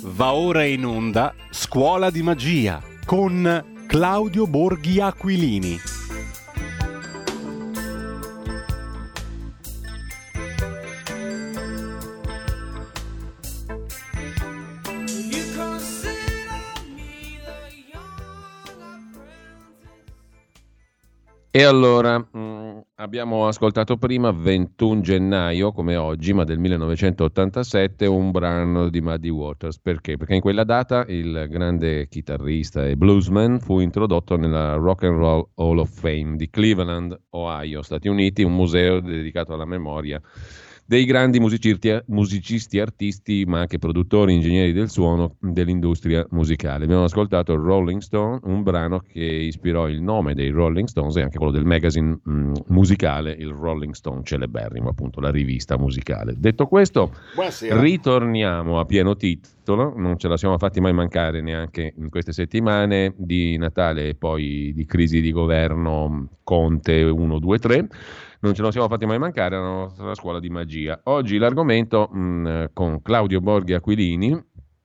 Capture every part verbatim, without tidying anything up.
Va ora in onda Scuola di Magia con Claudio Borghi Aquilini. E allora, mh, abbiamo ascoltato prima, ventuno gennaio, come oggi, ma del millenovecentottantasette, un brano di Muddy Waters. Perché? Perché in quella data il grande chitarrista e bluesman fu introdotto nella Rock and Roll Hall of Fame di Cleveland, Ohio, Stati Uniti, un museo dedicato alla memoria dei grandi musicisti, musicisti, artisti, ma anche produttori, ingegneri del suono dell'industria musicale. Abbiamo ascoltato Rolling Stone, un brano che ispirò il nome dei Rolling Stones e anche quello del magazine mh, musicale, il Rolling Stone, celeberrimo, appunto, la rivista musicale. Detto questo, buonasera. Ritorniamo a pieno titolo, non ce la siamo fatti mai mancare neanche in queste settimane di Natale e poi di crisi di governo Conte uno, due, tre. Non ce lo siamo fatti mai mancare la nostra scuola di magia. Oggi l'argomento mh, con Claudio Borghi Aquilini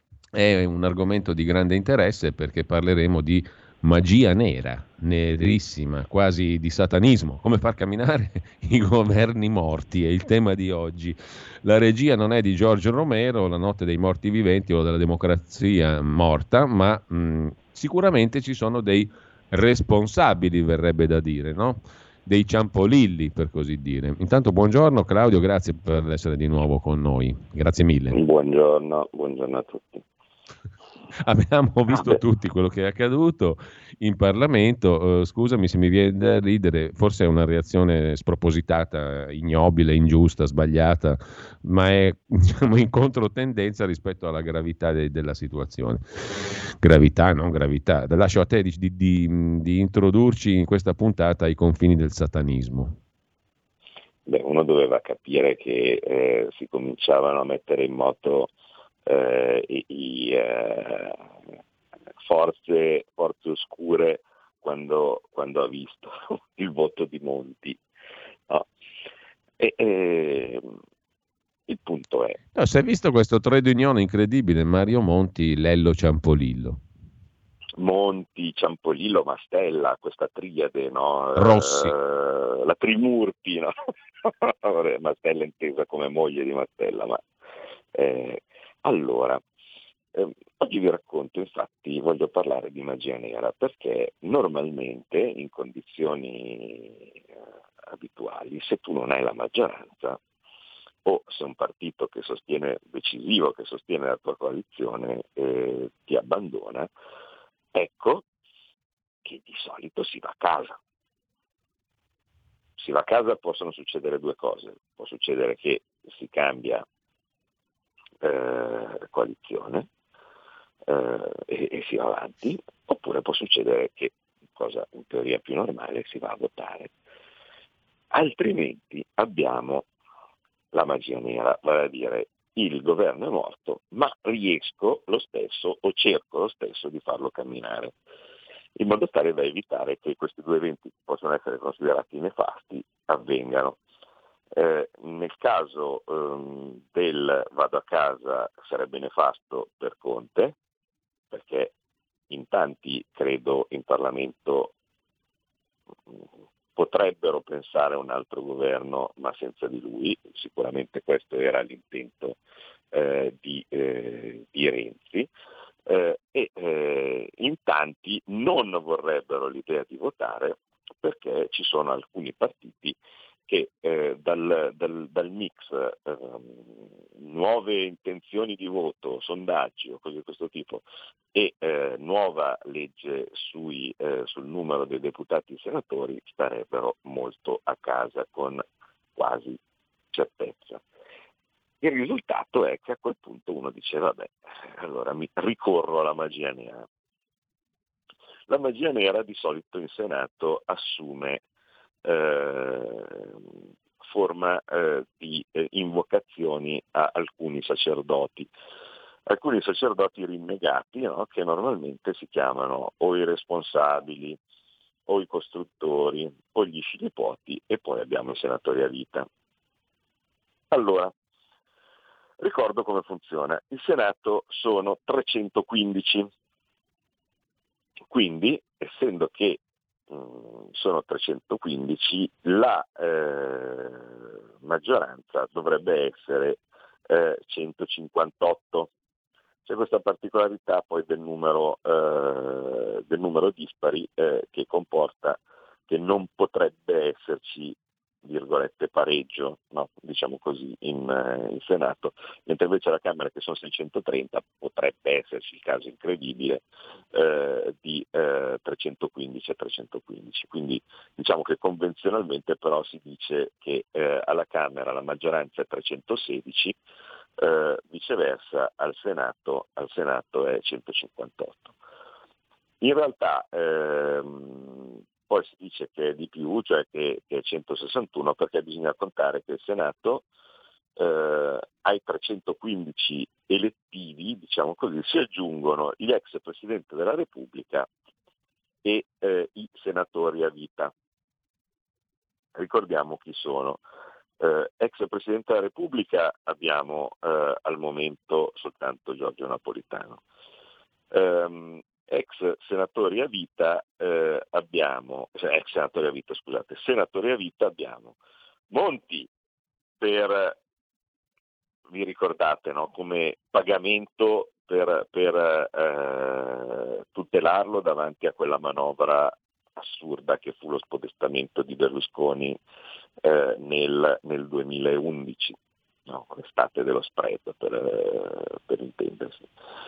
è un argomento di grande interesse perché parleremo di magia nera, nerissima, quasi di satanismo, come far camminare i governi morti, è il tema di oggi. La regia non è di Giorgio Romero, La notte dei morti viventi o della democrazia morta, ma mh, sicuramente ci sono dei responsabili, verrebbe da dire, no? Dei ciampolilli, per così dire. Intanto buongiorno Claudio, grazie per essere di nuovo con noi, grazie mille. Buongiorno, buongiorno a tutti. Abbiamo visto ah, tutti quello che è accaduto in Parlamento, uh, scusami se mi viene da ridere, forse è una reazione spropositata, ignobile, ingiusta, sbagliata, ma è, diciamo, in controtendenza rispetto alla gravità de- della situazione. Gravità, non gravità. Lascio a te di, di, di, di introdurci in questa puntata ai confini del satanismo. Beh, uno doveva capire che eh, si cominciavano a mettere in moto eh, i, i, eh, forze, forze oscure quando, quando ha visto il voto di Monti. No. E, e, il punto è... No, si è visto questo trade union incredibile, Mario Monti, Lello Ciampolillo. Monti, Ciampolillo, Mastella, questa triade, no? Rossi. Uh, la Trimurti, no? Mastella intesa come moglie di Mastella, ma eh, allora, eh, oggi vi racconto, infatti voglio parlare di magia nera perché normalmente in condizioni eh, abituali, se tu non hai la maggioranza o se un partito che sostiene decisivo, che sostiene la tua coalizione eh, ti abbandona, ecco che di solito si va a casa. Si va a casa, possono succedere due cose. Può succedere che si cambia eh, coalizione eh, e, e si va avanti, oppure può succedere che, cosa in teoria più normale, si va a votare. Altrimenti abbiamo la magia nera, vale a dire il governo è morto, ma riesco lo stesso o cerco lo stesso di farlo camminare, in modo tale da evitare che questi due eventi che possono essere considerati nefasti avvengano. Eh, nel caso ehm, del vado a casa sarebbe nefasto per Conte, perché in tanti, credo, in Parlamento mh, potrebbero pensare a un altro governo, ma senza di lui. Sicuramente questo era l'intento eh, di, eh, di Renzi. Eh, e eh, in tanti non vorrebbero l'idea di votare perché ci sono alcuni partiti che eh, dal, dal, dal mix eh, nuove intenzioni di voto, sondaggi o cose di questo tipo e eh, nuova legge sui, eh, sul numero dei deputati e senatori starebbero molto a casa con quasi certezza. Il risultato è che a quel punto uno dice vabbè, allora mi ricorro alla magia nera. La magia nera di solito in Senato assume eh, forma eh, di eh, invocazioni a alcuni sacerdoti, alcuni sacerdoti rinnegati, no? Che normalmente si chiamano o i responsabili o i costruttori o gli scilipoti e poi abbiamo i senatori a vita. Allora, Ricordo come funziona. Il Senato sono trecentoquindici, quindi essendo che mh, sono trecentoquindici, la eh, maggioranza dovrebbe essere eh, centocinquantotto. C'è questa particolarità poi del numero, eh, del numero dispari eh, che comporta che non potrebbe esserci, virgolette, pareggio, no? Diciamo così, in, eh, in Senato, mentre invece alla Camera, che sono seicentotrenta, potrebbe esserci il caso incredibile eh, di eh, trecentoquindici a trecentoquindici. Quindi diciamo che convenzionalmente però si dice che eh, alla Camera la maggioranza è trecentosedici, eh, viceversa al Senato, al Senato è centocinquantotto. In realtà ehm, poi si dice che è di più, cioè che, che è centosessantuno, perché bisogna contare che il Senato eh, ai trecentoquindici elettivi, diciamo così, si aggiungono gli ex Presidenti della Repubblica e eh, i senatori a vita. Ricordiamo chi sono. Eh, ex Presidente della Repubblica abbiamo eh, al momento soltanto Giorgio Napolitano. Um, ex senatori a vita eh, abbiamo, cioè ex senatori a vita, scusate, senatori a vita abbiamo Monti per, vi ricordate, no? Come pagamento per, per eh, tutelarlo davanti a quella manovra assurda che fu lo spodestamento di Berlusconi eh, nel, nel duemilaundici, no? L'estate dello spread, per, eh, per intendersi.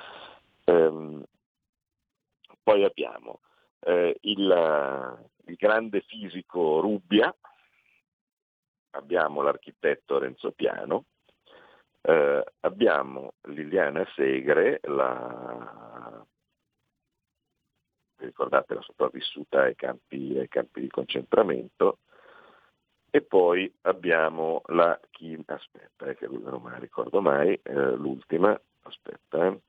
Um, poi abbiamo eh, il, il grande fisico Rubbia, abbiamo l'architetto Renzo Piano, eh, abbiamo Liliana Segre, la, ricordate, la sopravvissuta ai campi, ai campi di concentramento, e poi abbiamo la chi, aspetta, eh, che non me la ricordo mai, eh, l'ultima, aspetta, eh.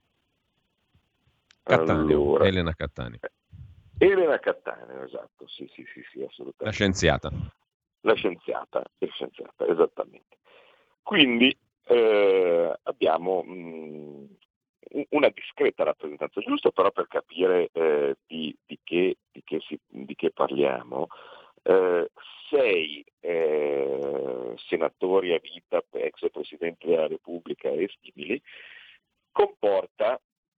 Cattaneo, allora, Elena Cattaneo. Elena Cattaneo, esatto, sì, sì, sì, sì, assolutamente. La scienziata. La scienziata, la scienziata, esattamente. Quindi eh, abbiamo mh, una discreta rappresentanza, giusto però per capire eh, di, di, che, di, che si, di che parliamo. Eh, sei eh, senatori a vita, ex Presidenti della Repubblica e simili, comporta,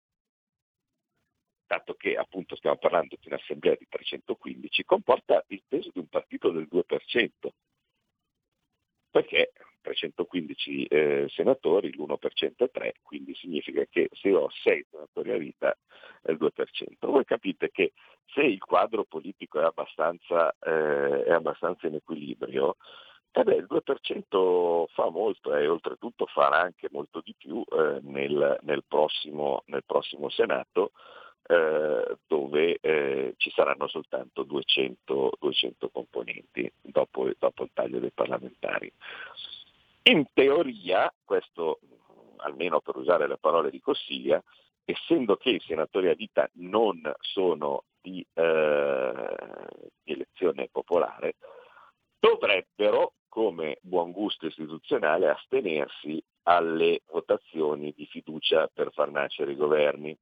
dato che appunto stiamo parlando di un'assemblea di trecentoquindici, comporta il peso di un partito del due per cento, perché trecentoquindici eh, senatori, l'uno per cento è tre, quindi significa che se ho sei senatori a vita è il due per cento. Voi capite che se il quadro politico è abbastanza, eh, è abbastanza in equilibrio, eh beh, il due per cento fa molto e oltretutto farà anche molto di più eh, nel, nel, prossimo, nel prossimo Senato, eh, dove eh, ci saranno soltanto duecento, duecento componenti dopo, dopo il taglio dei parlamentari. In teoria, questo, almeno per usare le parole di Cossiga, essendo che i senatori a vita non sono di, eh, di elezione popolare, dovrebbero, come buon gusto istituzionale, astenersi alle votazioni di fiducia per far nascere i governi.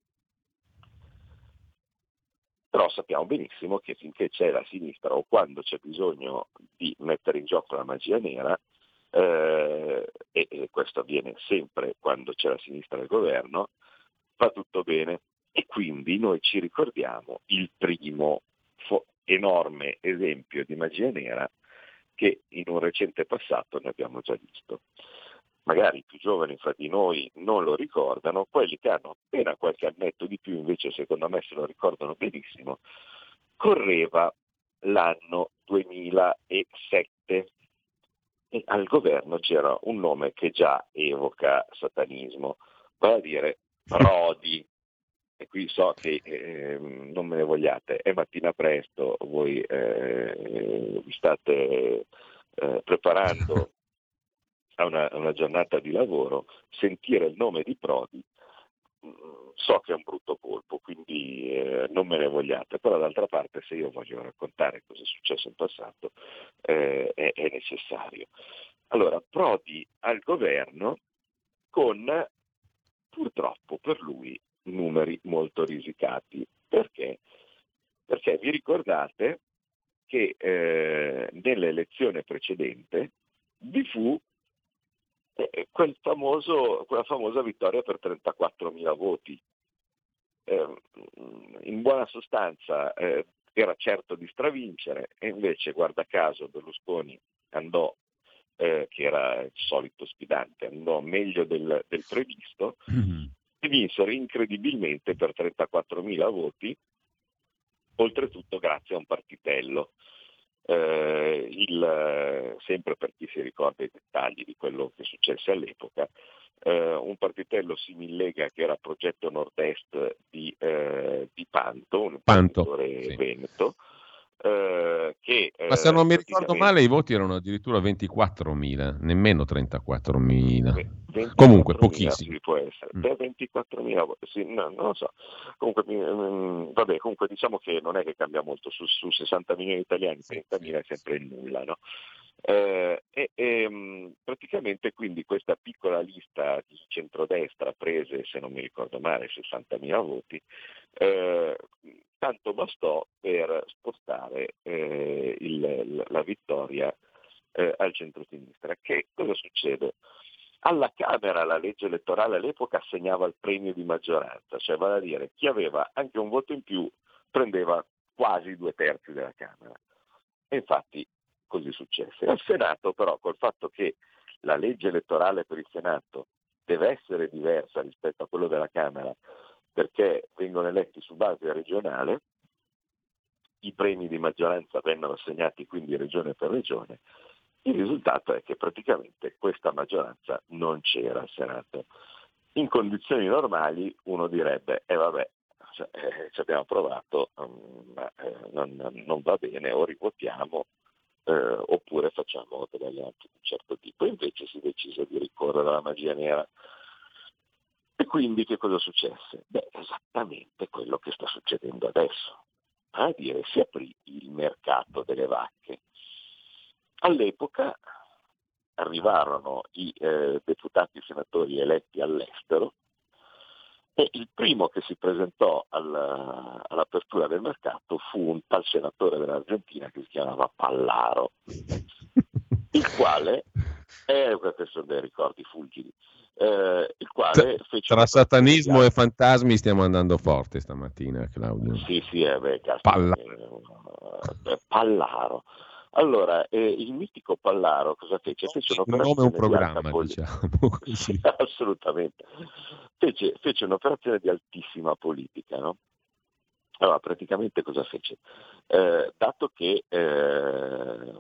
Però sappiamo benissimo che finché c'è la sinistra o quando c'è bisogno di mettere in gioco la magia nera, eh, e, e questo avviene sempre quando c'è la sinistra al governo, va tutto bene. E quindi noi ci ricordiamo il primo fo- enorme esempio di magia nera che in un recente passato ne abbiamo già visto. Magari i più giovani fra di noi non lo ricordano, quelli che hanno appena qualche annetto di più invece secondo me se lo ricordano benissimo. Correva l'anno duemilasette e al governo c'era un nome che già evoca satanismo, vale a dire Prodi. E qui so che eh, non me ne vogliate, è mattina presto, voi eh, vi state eh, preparando a una, a una giornata di lavoro, sentire il nome di Prodi mh, so che è un brutto colpo, quindi eh, non me ne vogliate, però d'altra parte se io voglio raccontare cosa è successo in passato eh, è, è necessario. Allora, Prodi al governo con purtroppo per lui numeri molto risicati. Perché? Perché vi ricordate che eh, nell'elezione precedente vi fu eh, quel famoso, quella famosa vittoria per trentaquattromila voti. Eh, in buona sostanza eh, era certo di stravincere e invece, guarda caso, Berlusconi andò, eh, che era il solito sfidante, andò meglio del, del previsto mm-hmm. e vinsero incredibilmente per trentaquattromila voti, oltretutto grazie a un partitello. Eh, il, sempre per chi si ricorda i dettagli di quello che successe all'epoca, eh, un partitello simillega che era Progetto Nord-Est di, eh, di Panto, un imprenditore sì. veneto, eh, che, ma se non eh, mi ricordo male i voti erano addirittura ventiquattromila, nemmeno trentaquattromila. Comunque pochissimi. Sì, può essere. Mm. Per ventiquattromila voti, sì, no, non lo so. Comunque, mh, vabbè, comunque diciamo che non è che cambia molto, su, su sessanta milioni di italiani, trentamila è sempre il nulla, no? Eh, e, e mh, praticamente quindi questa piccola lista di centrodestra prese, se non mi ricordo male, sessantamila voti, eh, tanto bastò per spostare eh, il, la vittoria eh, al centro-sinistra. Che cosa succede? Alla Camera la legge elettorale all'epoca assegnava il premio di maggioranza, cioè vale a dire chi aveva anche un voto in più prendeva quasi due terzi della Camera. E infatti così successe. Al Senato però, col fatto che la legge elettorale per il Senato deve essere diversa rispetto a quello della Camera, perché vengono eletti su base regionale, i premi di maggioranza vennero assegnati quindi regione per regione. Il risultato è che praticamente questa maggioranza non c'era al Senato. In condizioni normali uno direbbe, eh vabbè, cioè, eh, ci abbiamo provato, um, ma eh, non, non va bene, o rivotiamo, eh, oppure facciamo delle alleanze di un certo tipo. Invece si decise di ricorrere alla magia nera. E quindi che cosa successe? Beh, esattamente quello che sta succedendo adesso. A dire, si aprì il mercato delle vacche. All'epoca arrivarono i eh, deputati e senatori eletti all'estero e il primo che si presentò alla, all'apertura del mercato fu un tal senatore dell'Argentina che si chiamava Pallaro, il quale, eh, questi sono dei ricordi fulgidi, eh, il quale fece tra satanismo di... e fantasmi stiamo andando forte stamattina, Claudio. Sì, sì, eh, beh, Palla. eh, Pallaro. Allora, eh, il mitico Pallaro cosa fece? Fece un'operazione un programma, di alta politica. Diciamo così. Sì, assolutamente. Fece, fece un'operazione di altissima politica, no? Allora, praticamente cosa fece? Eh, dato che eh,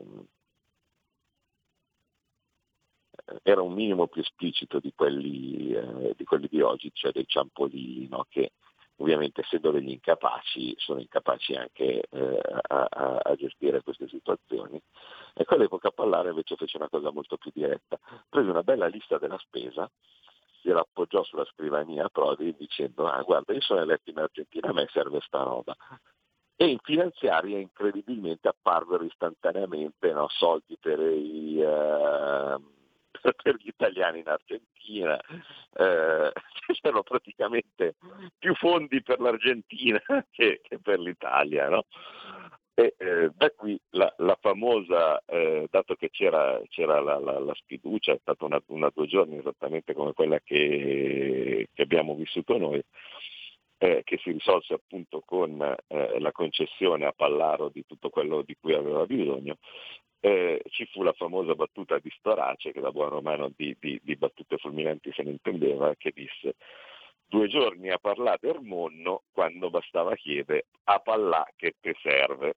era un minimo più esplicito di quelli, eh, di quelli di oggi, cioè dei Ciampolini, no? Che ovviamente essendo degli incapaci, sono incapaci anche eh, a, a, a gestire queste situazioni. Ecco, all'epoca Pallaro invece fece una cosa molto più diretta, prese una bella lista della spesa, gliela appoggiò sulla scrivania a Prodi dicendo, ah guarda, io sono eletto in Argentina, a me serve sta roba. E in finanziaria incredibilmente apparvero istantaneamente, no, soldi per i... Uh, per gli italiani in Argentina, eh, c'erano praticamente più fondi per l'Argentina che, che per l'Italia, no? E eh, da qui la, la famosa, eh, dato che c'era, c'era la, la, la sfiducia, è stata una, una due giorni esattamente come quella che, che abbiamo vissuto noi, eh, che si risolse appunto con eh, la concessione a Pallaro di tutto quello di cui aveva bisogno. Eh, ci fu la famosa battuta di Storace, che da buon romano di, di, di battute fulminanti se ne intendeva, che disse: due giorni a parlare del monno quando bastava chiedere a Pallà che te serve.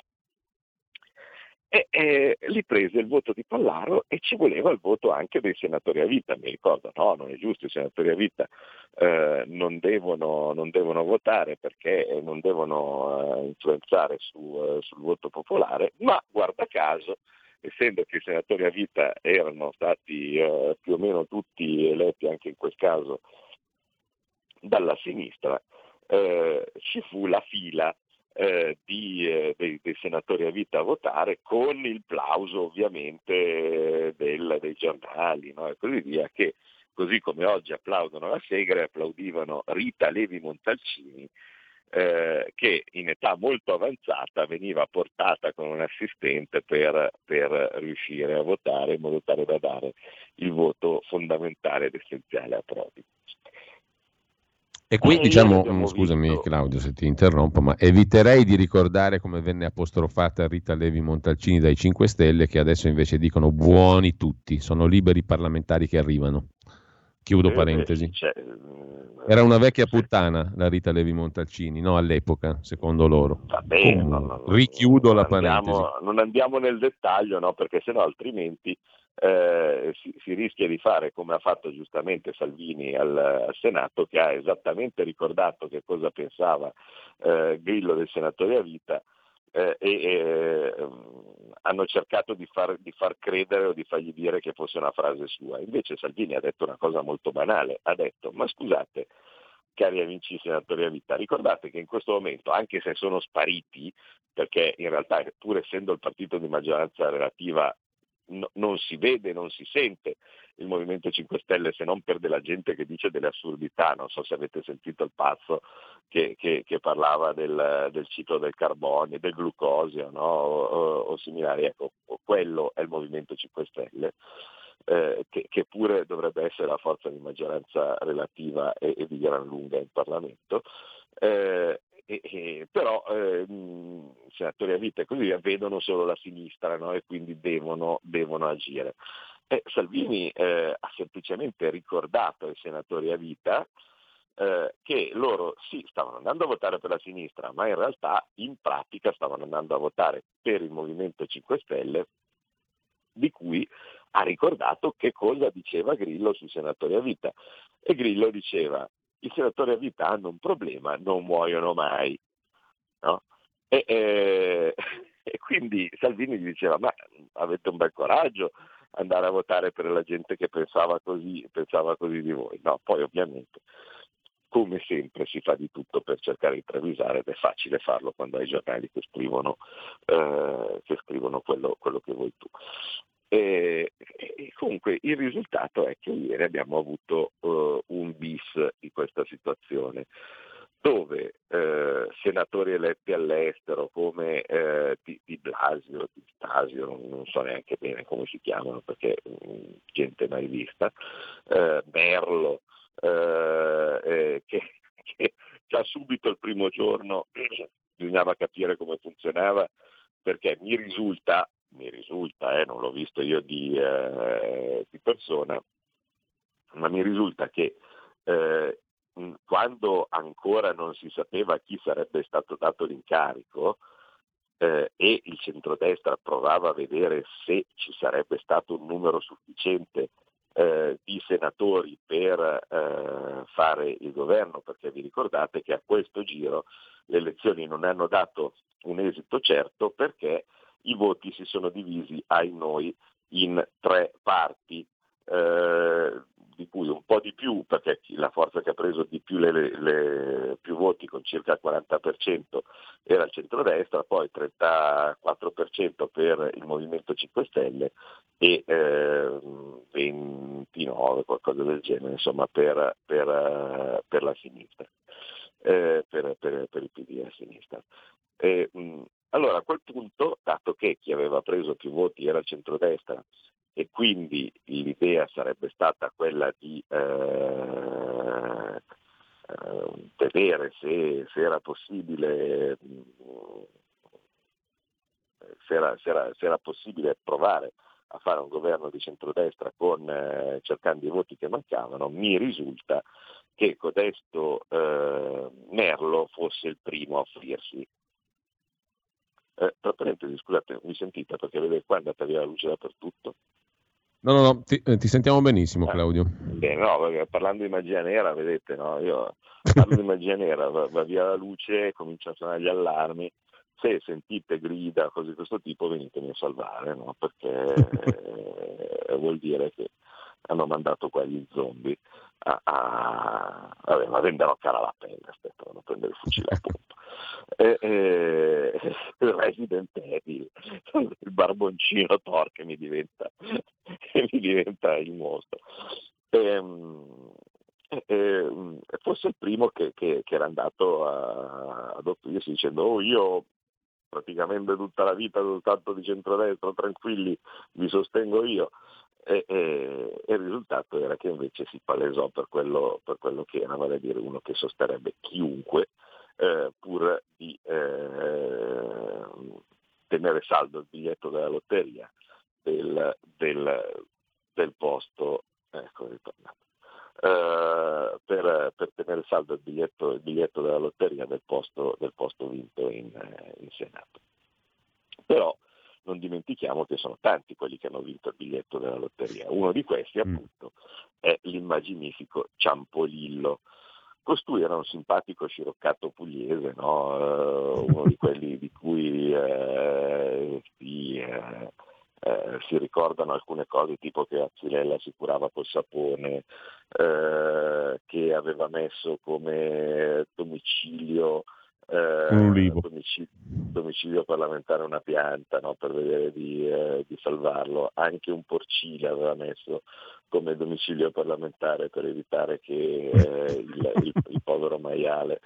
E eh, li prese il voto di Pallaro e ci voleva il voto anche dei senatori a vita. Mi ricordo, no, non è giusto, i senatori a vita eh, non, devono, non devono votare perché non devono eh, influenzare su, eh, sul voto popolare, ma guarda caso, essendo che i senatori a vita erano stati eh, più o meno tutti eletti anche in quel caso dalla sinistra, eh, ci fu la fila Eh, di, eh, dei, dei senatori a vita a votare, con il plauso ovviamente del, dei giornali, no? E così via, che così come oggi applaudono la Segre, applaudivano Rita Levi Montalcini, eh, che in età molto avanzata veniva portata con un assistente per, per riuscire a votare, in modo tale da dare il voto fondamentale ed essenziale a Prodi. E qui Eh, diciamo, ieri abbiamo scusami visto- Claudio se ti interrompo, ma eviterei di ricordare come venne apostrofata Rita Levi Montalcini dai cinque Stelle, che adesso invece dicono buoni tutti, sono liberi parlamentari che arrivano. Chiudo Eh, beh, parentesi. sì, c'è, mm, Era una vecchia sì. puttana la Rita Levi Montalcini, no? All'epoca, secondo loro. Va bene, no, Comunque, no, no, richiudo non la parentesi. andiamo, non andiamo nel dettaglio, no, perché sennò altrimenti eh, si, si rischia di fare come ha fatto giustamente Salvini al, al Senato, che ha esattamente ricordato che cosa pensava eh, Grillo dei senatori a vita, eh, e eh, hanno cercato di far, di far credere o di fargli dire che fosse una frase sua. Invece Salvini ha detto una cosa molto banale, ha detto: ma scusate, cari amici senatori a vita, ricordate che in questo momento, anche se sono spariti, perché in realtà pur essendo il partito di maggioranza relativa no, non si vede, non si sente il Movimento cinque Stelle, se non per della gente che dice delle assurdità. Non so se avete sentito il pazzo che, che, che parlava del, del ciclo del carbonio, del glucosio, no? o, o, o similari. Ecco, quello è il Movimento cinque Stelle. Eh, che, che pure dovrebbe essere la forza di maggioranza relativa e, e di gran lunga in Parlamento, eh, e, e, però eh, i senatori a vita e così via vedono solo la sinistra, no? E quindi devono, devono agire. E Salvini eh, ha semplicemente ricordato ai senatori a vita eh, che loro sì stavano andando a votare per la sinistra, ma in realtà in pratica stavano andando a votare per il Movimento cinque Stelle, di cui ha ricordato che cosa diceva Grillo sui senatori a vita. E Grillo diceva: i senatori a vita hanno un problema, non muoiono mai. No? E, e, e quindi Salvini gli diceva: ma avete un bel coraggio andare a votare per la gente che pensava così, pensava così di voi. No, poi ovviamente, come sempre, si fa di tutto per cercare di travisare, ed è facile farlo quando hai giornali che scrivono, eh, che scrivono quello, quello che vuoi tu. E, e comunque il risultato è che ieri abbiamo avuto uh, un bis di questa situazione, dove eh, senatori eletti all'estero come eh, di, di Blasio, di Stasio, non, non so neanche bene come si chiamano perché mh, gente mai vista, eh, Merlo, eh, eh, che, che già subito il primo giorno bisognava capire come funzionava, perché mi risulta, mi risulta, eh, non l'ho visto io di, eh, di persona, ma mi risulta che eh, quando ancora non si sapeva chi sarebbe stato dato l'incarico eh, e il centrodestra provava a vedere se ci sarebbe stato un numero sufficiente eh, di senatori per eh, fare il governo, perché vi ricordate che a questo giro le elezioni non hanno dato un esito certo, perché i voti si sono divisi, ai noi, in tre parti, eh, di cui un po' di più, perché la forza che ha preso di più, le, le, le, più voti, con circa il quaranta per cento, era il centrodestra, poi trentaquattro per cento per il Movimento cinque Stelle e eh, ventinove, qualcosa del genere, insomma, per, per, per la sinistra, eh, per, per, per il P D a sinistra. Eh, mh, allora a quel punto, dato che chi aveva preso più voti era il centrodestra e quindi l'idea sarebbe stata quella di eh, eh, vedere se, se era possibile se era, se, era, se era possibile provare a fare un governo di centrodestra con, eh, cercando i voti che mancavano, mi risulta che codesto eh, Merlo fosse il primo a offrirsi. Eh, tra parentesi, scusate, mi sentite perché vedete qua è andata via la luce dappertutto. No, no, no, ti, eh, ti sentiamo benissimo, Ah, Claudio. bene, no, perché parlando di magia nera, vedete, no, io parlo di magia nera, va, va via la luce, cominciano a suonare gli allarmi. Se sentite grida, cose di questo tipo, venitemi a salvare, no? Perché eh, vuol dire che hanno mandato qua gli zombie a, a, vabbè, ma venderò cara la pelle, aspetta, vanno a prendere il fucile a pompa. E, e, Resident Evil, il barboncino Thor che mi diventa, che mi diventa il mostro. ehm, e, e, e fosse il primo che, che, che era andato a, ad offrirsi dicendo oh io praticamente tutta la vita soltanto di centrodestra, tranquilli, vi sostengo io. E, e, e il risultato era che invece si palesò per quello, per quello che era, vale a dire uno che sosterrebbe chiunque, eh, pur di eh, tenere saldo il biglietto della lotteria del, del, del posto, ecco ritornato. Uh, per, per tenere saldo il biglietto, il biglietto della lotteria del posto, del posto vinto in, in Senato. Però non dimentichiamo che sono tanti quelli che hanno vinto il biglietto della lotteria. Uno di questi appunto è l'immaginifico Ciampolillo. Costui era un simpatico sciroccato pugliese, no? uh, uno di quelli di cui uh, si... Uh, Eh, si ricordano alcune cose tipo che Azzilella si curava col sapone, eh, che aveva messo come domicilio, eh, domicilio, domicilio parlamentare una pianta, no, per vedere di, eh, di salvarlo, anche un porcile aveva messo come domicilio parlamentare per evitare che eh, il, il, il povero maiale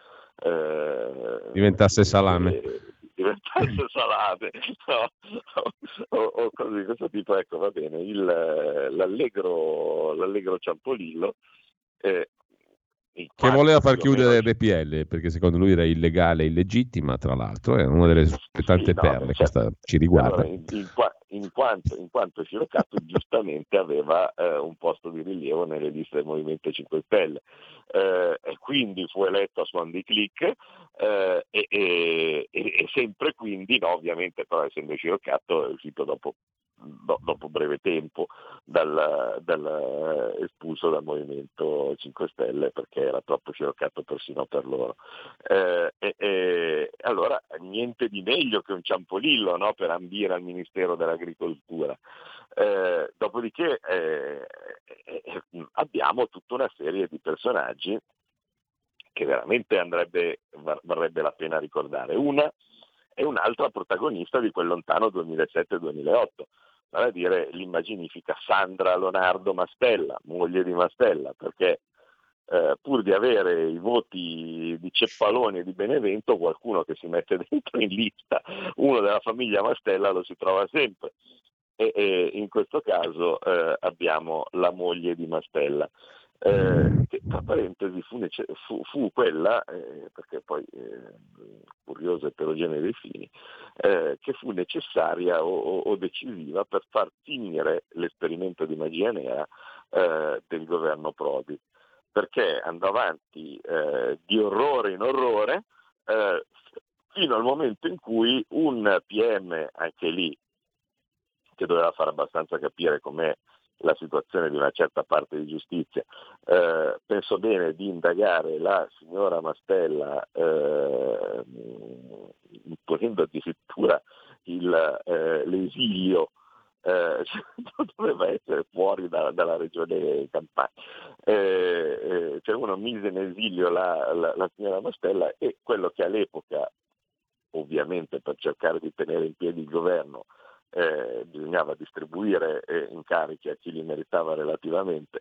eh, diventasse salame. E, diventasse salame, no, o, o cose di questo tipo, ecco, va bene, il, l'allegro, l'allegro Ciampolillo, eh, che voleva far chiudere R P L, perché secondo lui era illegale e illegittima, tra l'altro, è una delle tante sì, perle, no, questa certo. Ci riguarda. Allora, in, in, in, quanto, in quanto Sciroccato giustamente aveva eh, un posto di rilievo nelle liste del Movimento cinque Stelle, eh, e quindi fu eletto a suon di click, eh, e, e, e sempre quindi, no, ovviamente però essendo Sciroccato è uscito dopo Do, dopo breve tempo dal, dal, espulso dal Movimento cinque Stelle perché era troppo sciroccato persino per loro. Eh, e, e, allora niente di meglio che un Ciampolillo, no, per ambire al Ministero dell'Agricoltura. Eh, dopodiché eh, eh, abbiamo tutta una serie di personaggi che veramente andrebbe, varrebbe la pena ricordare. Una è un'altra protagonista di quel lontano duemilasette duemilaotto, vale a dire l'immaginifica Sandra Lonardo Mastella, moglie di Mastella, perché eh, pur di avere i voti di Ceppaloni e di Benevento, qualcuno che si mette dentro in lista, uno della famiglia Mastella, lo si trova sempre. E, e in questo caso eh, abbiamo la moglie di Mastella. Eh, che tra parentesi fu, nece- fu, fu quella, eh, perché poi eh, curiosa e eterogenea dei fini, eh, che fu necessaria o, o decisiva per far finire l'esperimento di magia nera eh, del governo Prodi, perché andò avanti eh, di orrore in orrore eh, fino al momento in cui un P M, anche lì, che doveva fare abbastanza capire com'è la situazione di una certa parte di giustizia, eh, penso bene di indagare la signora Mastella eh, imponendo addirittura il, eh, l'esilio, eh, doveva essere fuori da, dalla regione Campania, eh, eh, cioè uno mise in esilio la, la, la signora Mastella e quello che all'epoca, ovviamente per cercare di tenere in piedi il governo, Eh, bisognava distribuire eh, incarichi a chi li meritava relativamente,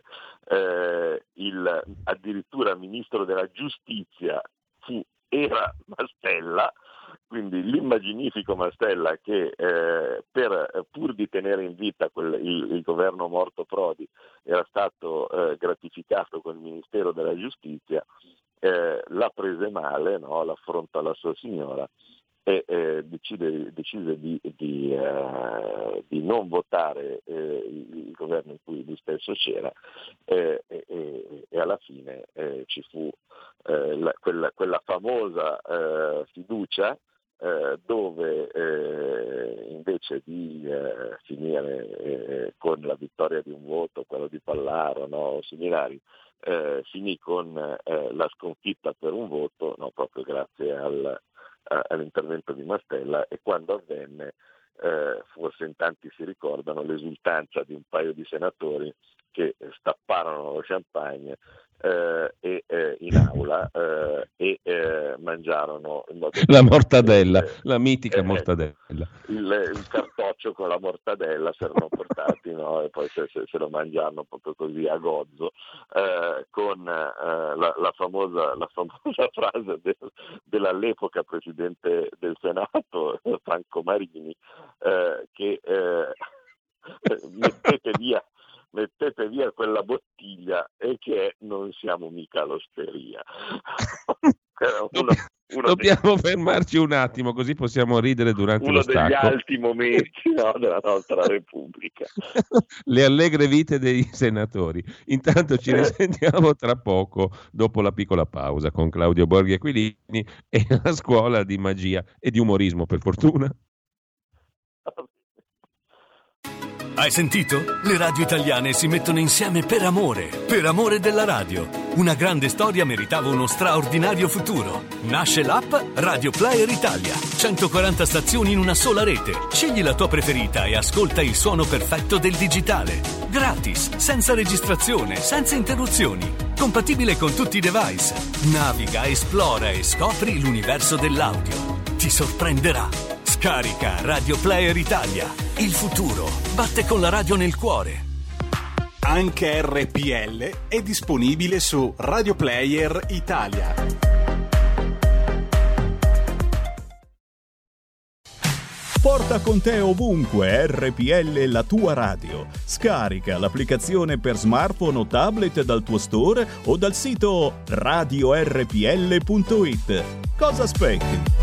eh, il, addirittura ministro della giustizia fu, era Mastella, quindi l'immaginifico Mastella che eh, per, pur di tenere in vita quel, il, il governo morto Prodi era stato eh, gratificato col Ministero della Giustizia, eh, la prese male, no? L'affronta la sua signora e eh, decide, decise di, di, eh, di non votare eh, il, il governo in cui lui stesso c'era, eh, e, e, e alla fine eh, ci fu eh, la, quella, quella famosa eh, fiducia eh, dove eh, invece di eh, finire eh, con la vittoria di un voto, quello di Pallaro, no, o similari, eh, finì con eh, la sconfitta per un voto, no, proprio grazie al all'intervento di Mastella, e quando avvenne eh, forse in tanti si ricordano l'esultanza di un paio di senatori che stapparono lo champagne eh, e, eh, in aula eh, e eh, mangiarono in modo la mortadella, eh, la mitica eh, mortadella, il, il cartoccio con la mortadella, si erano portati inventati, no? E poi se, se, se lo mangiano proprio così a gozzo, eh, con eh, la, la, famosa, la famosa frase del, dell'all'epoca Presidente del Senato, Franco Marini, eh, che eh, mettete via mettete via quella bottiglia e che non siamo mica all'osteria. uno, uno Dobbiamo dei, fermarci un attimo, così possiamo ridere durante uno lo degli stacco. alti momenti, no, della nostra Repubblica. Le allegre vite dei senatori. Intanto ci risentiamo tra poco, dopo la piccola pausa, con Claudio Borghi Aquilini e la scuola di magia e di umorismo, per fortuna. Hai sentito? Le radio italiane si mettono insieme per amore, per amore della radio. Una grande storia meritava uno straordinario futuro. Nasce l'app Radio Player Italia. centoquaranta stazioni in una sola rete. Scegli la tua preferita e ascolta il suono perfetto del digitale. Gratis, senza registrazione, senza interruzioni. Compatibile con tutti i device. Naviga, esplora e scopri l'universo dell'audio. Ti sorprenderà. Scarica Radio Player Italia. Il futuro batte con la radio nel cuore. Anche R P L è disponibile su Radio Player Italia. Porta con te ovunque R P L, la tua radio. Scarica l'applicazione per smartphone o tablet dal tuo store o dal sito radio erre pi elle punto it. Cosa aspetti?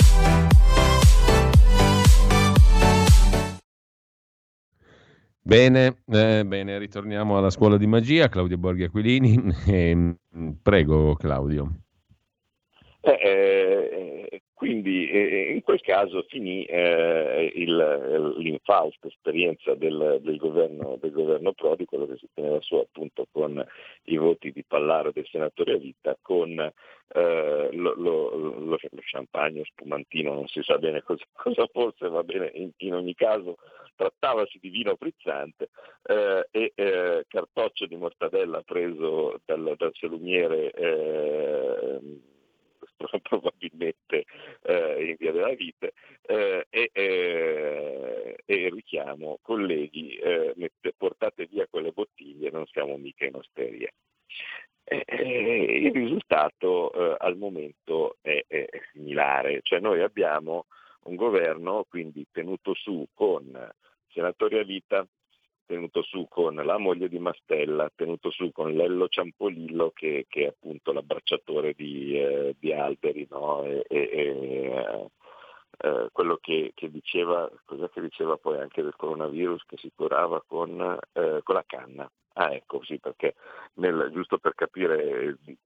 Bene, eh, bene, ritorniamo alla scuola di magia. Claudio Borghi Aquilini. Eh, prego, Claudio. Eh, eh, quindi eh, in quel caso finì eh, il, l'infausta esperienza del, del, governo, del governo Prodi, quello che si teneva su appunto con i voti di Pallaro dei senatori a vita, con eh, lo, lo, lo, lo champagne spumantino, non si sa bene cosa, cosa fosse, va bene, in, in ogni caso trattavasi di vino frizzante eh, e eh, cartoccio di mortadella preso dal, dal celumiere eh, probabilmente eh, in via della Vite eh, e, eh, e richiamo colleghi eh, mette, portate via quelle bottiglie, non siamo mica in osteria. Eh, eh, il risultato eh, al momento è, è similare, cioè noi abbiamo un governo quindi tenuto su con senatori a vita, tenuto su con la moglie di Mastella, tenuto su con Lello Ciampolillo che, che è appunto l'abbracciatore di, eh, di Alberi, no? e, e, e eh, quello che, che diceva, cosa che diceva poi anche del coronavirus, che si curava con, eh, con la canna. Ah ecco, sì, perché nel, giusto per capire di,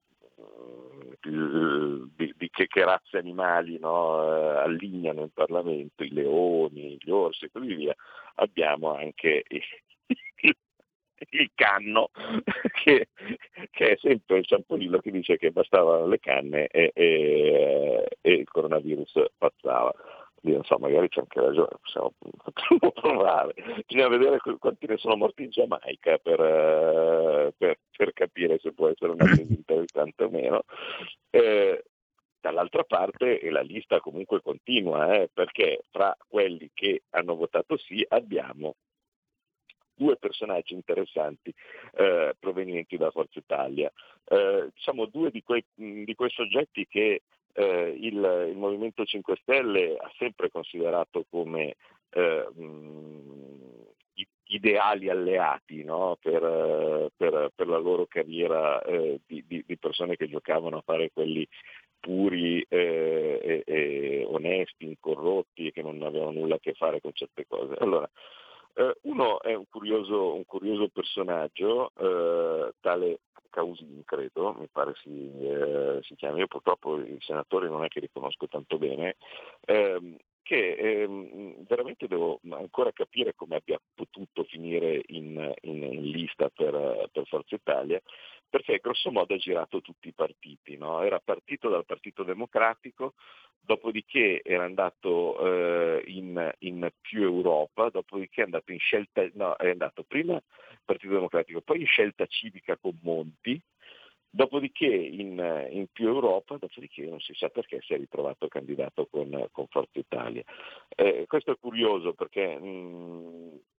di, di che, che razze animali, no, eh, allignano in Parlamento, i leoni, gli orsi e così via, abbiamo anche il, il canno che, che è sempre il Ciampolillo che dice che bastavano le canne e, e, e il coronavirus passava. Non so, magari c'è anche ragione, possiamo, possiamo provare. Bisogna vedere quanti ne sono morti in Giamaica per, per, per capire se può essere una crisi interessante o meno. Eh, dall'altra parte, e la lista comunque continua, eh, perché fra quelli che hanno votato sì abbiamo due personaggi interessanti eh, provenienti da Forza Italia. Eh, diciamo due di quei, di quei soggetti che eh, il, il Movimento cinque Stelle ha sempre considerato come eh, mh, ideali alleati, no? per, per, per la loro carriera eh, di, di, di persone che giocavano a fare quelli puri, eh, e, e onesti, incorrotti e che non avevano nulla a che fare con certe cose. Allora, eh, uno è un curioso, un curioso personaggio, eh, tale Causin, credo, mi pare si, eh, si chiama, io purtroppo i senatori non è che li conosco tanto bene, ehm, che ehm, veramente devo ancora capire come abbia potuto finire in, in, in lista per, per Forza Italia, perché grosso modo ha girato tutti i partiti, no? Era partito dal Partito Democratico, dopodiché era andato eh, in, in Più Europa, dopodiché è andato in scelta, no, è andato prima Partito Democratico, poi in Scelta Civica con Monti, dopodiché in, in Più Europa, dopodiché non si sa perché si è ritrovato candidato con, con Forza Italia. Eh, questo è curioso perché mh,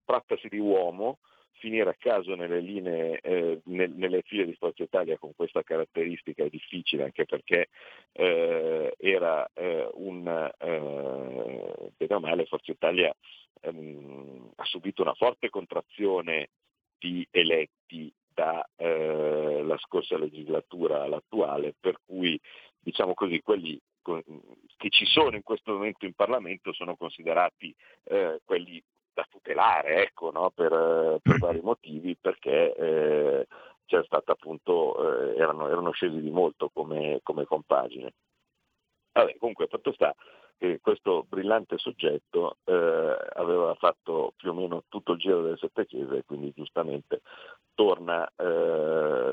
trattasi di uomo, finire a caso nelle linee, eh, nel, nelle file di Forza Italia con questa caratteristica è difficile, anche perché eh, era eh, un eh, bene o male Forza Italia ehm, ha subito una forte contrazione di eletti da eh, la scorsa legislatura all'attuale, per cui diciamo così quelli che ci sono in questo momento in Parlamento sono considerati eh, quelli da tutelare, ecco, no? per, per vari motivi, perché eh, c'è stata appunto, eh, erano, erano scesi di molto come, come compagine. Vabbè, comunque fatto sta che questo brillante soggetto eh, aveva fatto più o meno tutto il giro delle sette chiese e quindi giustamente torna eh,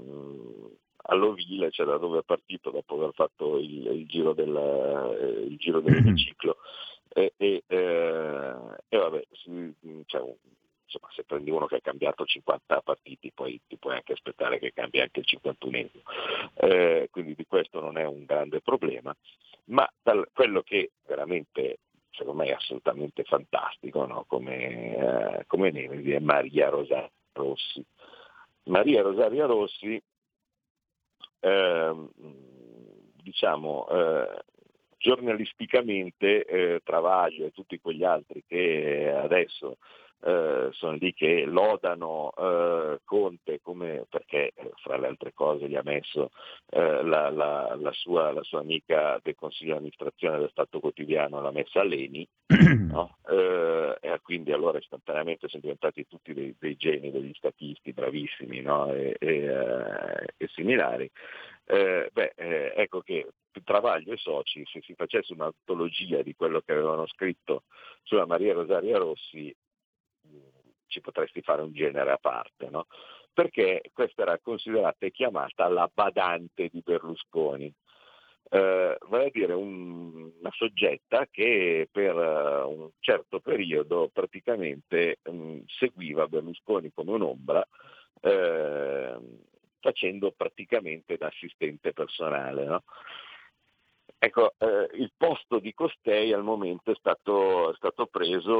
all'ovile, cioè da dove è partito dopo aver fatto il, il giro del eh, il giro dell'emiciclo. E, e, eh, e vabbè, cioè, insomma, se prendi uno che ha cambiato cinquanta partiti, poi ti puoi anche aspettare che cambi anche il cinquantunesimo, eh, quindi di questo non è un grande problema, ma dal, quello che veramente secondo me è assolutamente fantastico, no? come, eh, come nemesi è Maria Rosaria Rossi. Maria Rosaria Rossi eh, diciamo eh, giornalisticamente eh, Travaglio e tutti quegli altri che adesso eh, sono lì che lodano eh, Conte come, perché eh, fra le altre cose gli ha messo eh, la, la, la, sua, la sua amica del Consiglio di amministrazione del Fatto Quotidiano, l'ha messa a Leni, no? eh, e quindi allora istantaneamente sono diventati tutti dei, dei geni, degli statisti bravissimi, no? e, e, eh, e similari. Eh, beh, eh, ecco che Travaglio e soci, se si facesse un'antologia di quello che avevano scritto sulla Maria Rosaria Rossi, ci potresti fare un genere a parte, no? Perché questa era considerata e chiamata la badante di Berlusconi, eh, vale a dire un, una soggetta che per uh, un certo periodo praticamente um, seguiva Berlusconi come un'ombra, eh, facendo praticamente da assistente personale, no? Ecco, eh, il posto di costei al momento è stato, è stato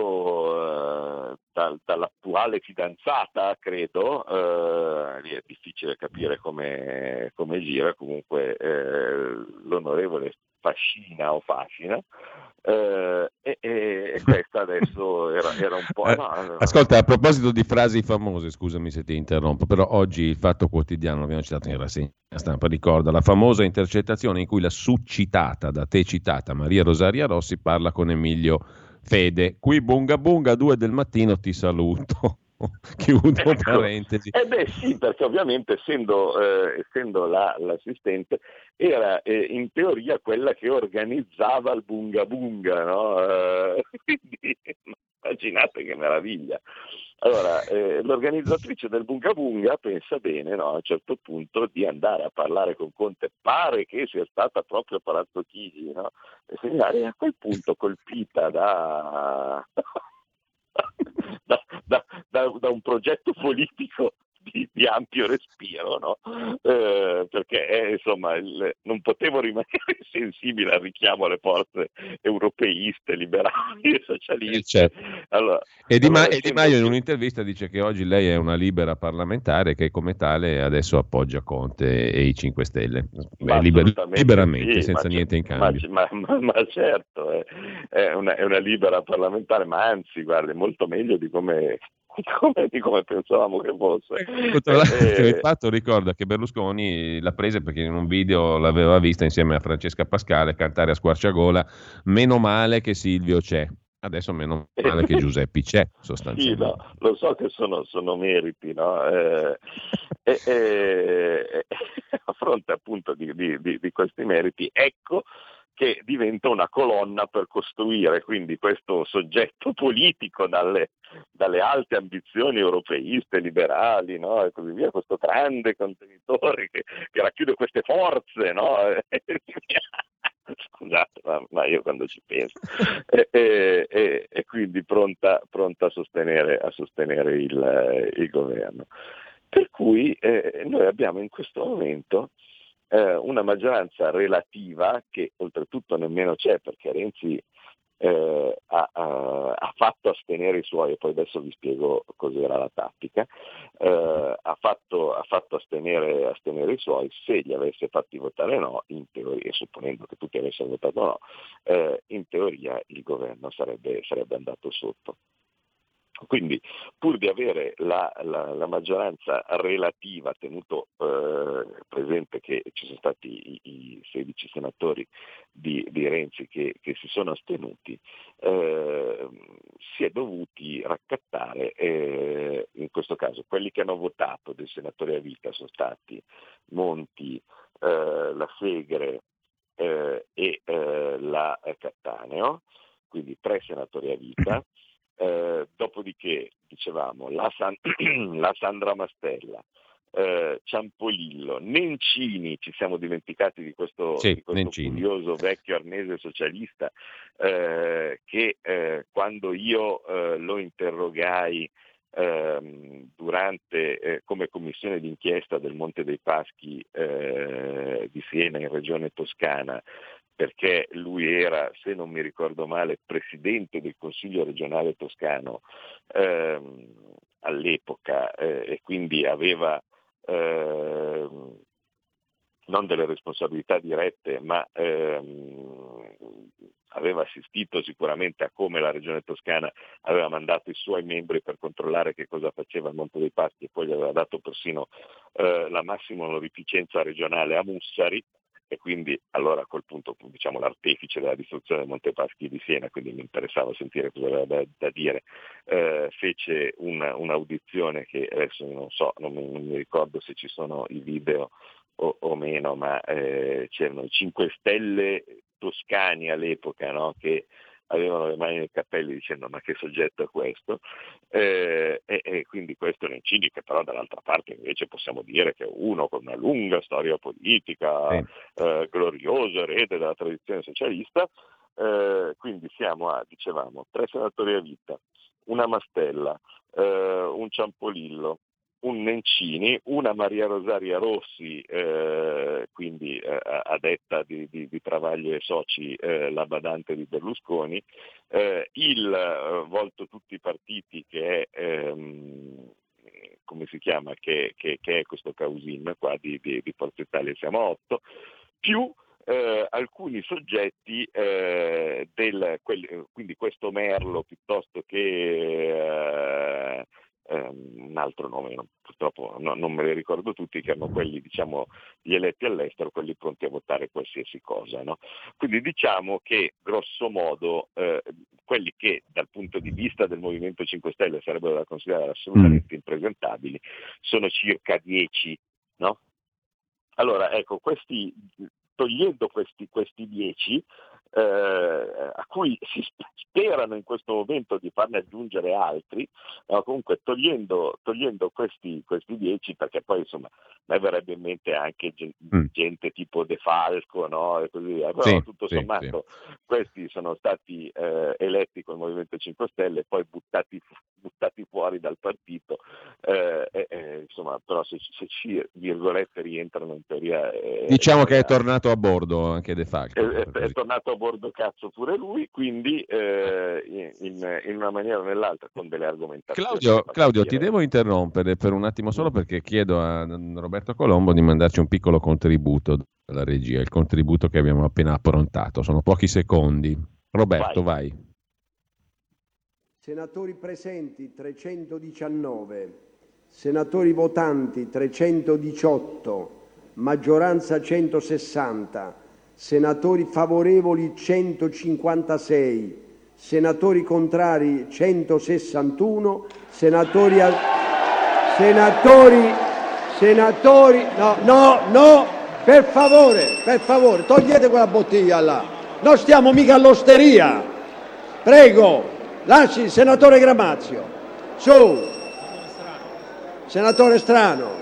preso eh, dal, dall'attuale fidanzata, credo, eh, lì è difficile capire come, come gira, comunque eh, l'onorevole Fascina o Fascina, eh, e, e questa adesso era, era un po'... No, no, Ascolta, a proposito di frasi famose, scusami se ti interrompo, però oggi il Fatto Quotidiano, l'abbiamo citato in rassegna stampa, ricorda la famosa intercettazione in cui la succitata, da te citata, Maria Rosaria Rossi parla con Emilio Fede. Qui bunga bunga, due del mattino ti saluto. Chiudo ecco. Parentesi. Eh beh sì, perché ovviamente essendo, eh, essendo la, l'assistente era eh, in teoria quella che organizzava il bunga bunga, no? Eh, quindi immaginate che meraviglia. Allora, eh, l'organizzatrice del bunga bunga pensa bene, no, a un certo punto di andare a parlare con Conte, pare che sia stata proprio Palazzo Chigi, no? E segnare a quel punto colpita da... Da, da, da, da un progetto politico di, di ampio respiro, no? Eh, perché eh, insomma il, non potevo rimanere sensibile al richiamo alle forze europeiste, liberali e socialiste. Eh, certo. Allora, e, Di allora, Ma- e Di Maio in un'intervista dice che oggi lei è una libera parlamentare che come tale adesso appoggia Conte e i cinque Stelle. Beh, liber- liberamente, sì, senza ma niente in cambio. Ma, ma, ma certo, è, è, una, è una libera parlamentare, ma anzi, guardi, molto meglio di come... Come, di come pensavamo che fosse. Tra l'altro, eh, il fatto ricorda che Berlusconi l'ha presa perché in un video l'aveva vista insieme a Francesca Pascale cantare a squarciagola "Meno male che Silvio c'è". Adesso meno male che Giuseppi c'è, sostanzialmente. Sì, no, lo so che sono, sono meriti, no? Eh, eh, eh, a fronte appunto di, di, di, di questi meriti, ecco che diventa una colonna per costruire quindi questo soggetto politico dalle, dalle alte ambizioni europeiste, liberali, no? E così via, questo grande contenitore che, che racchiude queste forze, no? Scusate, ma, ma io quando ci penso, e, e, e, e quindi pronta, pronta a sostenere, a sostenere il, il governo. Per cui eh, noi abbiamo in questo momento eh, una maggioranza relativa che oltretutto nemmeno c'è, perché Renzi eh, ha, ha, ha fatto astenere i suoi, e poi adesso vi spiego cos'era la tattica, eh, ha, fatto, ha fatto astenere, astenere i suoi. Se li avesse fatti votare no, in teoria, supponendo che tutti avessero votato no, eh, in teoria il governo sarebbe, sarebbe andato sotto. Quindi, pur di avere la, la, la maggioranza relativa, tenuto eh, presente che ci sono stati i, i sedici senatori di, di Renzi che, che si sono astenuti, eh, si è dovuti raccattare, eh, in questo caso quelli che hanno votato dei senatori a vita sono stati Monti, eh, la Segre eh, e eh, la Cattaneo, quindi tre senatori a vita. Eh, dopodiché, dicevamo, la, San- la Sandra Mastella, eh, Ciampolillo, Nencini, ci siamo dimenticati di questo, sì, di questo curioso vecchio arnese socialista eh, che eh, quando io eh, lo interrogai eh, durante eh, come commissione d'inchiesta del Monte dei Paschi eh, di Siena in regione Toscana, perché lui era, se non mi ricordo male, presidente del Consiglio regionale toscano ehm, all'epoca eh, e quindi aveva ehm, non delle responsabilità dirette, ma ehm, aveva assistito sicuramente a come la regione toscana aveva mandato i suoi membri per controllare che cosa faceva il Monte dei Paschi e poi gli aveva dato persino eh, la massima onorificenza regionale a Mussari. E quindi allora a quel punto, diciamo, l'artefice della distruzione del Monte Paschi di Siena, quindi mi interessava sentire cosa aveva da, da dire, eh, fece una, un'audizione che adesso non so, non mi, non mi ricordo se ci sono i video o, o meno, ma eh, c'erano i cinque Stelle toscani all'epoca, no? Che avevano le mani nei capelli dicendo ma che soggetto è questo, eh, e, e quindi questo è Nencini, che però dall'altra parte invece possiamo dire che è uno con una lunga storia politica, sì. eh, glorioso, erede della tradizione socialista, eh, quindi siamo a, dicevamo, tre senatori a vita, una Mastella, eh, un Ciampolillo, un Nencini, una Maria Rosaria Rossi, eh, quindi eh, a detta di, di, di Travaglio e Soci, eh, la badante di Berlusconi, eh, il eh, volto tutti i partiti che è, ehm, come si chiama, che, che, che è questo Causin qua di, di, di Forza Italia, siamo a otto, più eh, alcuni soggetti eh, del, quelli, quindi questo Merlo piuttosto che... Eh, Um, un altro nome, non, purtroppo no, non me li ricordo tutti, che erano quelli, diciamo, gli eletti all'estero, quelli pronti a votare qualsiasi cosa, no? Quindi diciamo che grosso modo eh, quelli che dal punto di vista del Movimento cinque Stelle sarebbero da considerare assolutamente mm. impresentabili sono circa dieci, no? Allora ecco, questi, togliendo questi, questi dieci eh, a cui si sperano in questo momento di farne aggiungere altri, no? Comunque togliendo, togliendo questi, questi dieci, perché poi insomma a me verrebbe in mente anche gente, mm. gente tipo De Falco, no? E così via. Però sì, tutto sommato sì, sì. Questi sono stati eh, eletti col Movimento cinque Stelle e poi buttati, buttati fuori dal partito, eh, eh, insomma, però se, se ci virgolette rientrano in teoria eh, diciamo che è tornato a bordo anche De Falco, è, è, è tornato a bordo cazzo pure lui, quindi eh, in, in una maniera o nell'altra con delle argomentazioni. Claudio, Claudio ti devo interrompere per un attimo solo perché chiedo a Roberto Colombo di mandarci un piccolo contributo dalla regia, il contributo che abbiamo appena approntato, sono pochi secondi. Roberto, vai. vai. Senatori presenti trecentodiciannove, senatori votanti trecentodiciotto, maggioranza centosessanta, senatori favorevoli centocinquantasei, senatori contrari centosessantuno, senatori al... senatori senatori no no no per favore, per favore, togliete quella bottiglia là, non stiamo mica all'osteria, prego, lasci il senatore Gramazio su, senatore Strano.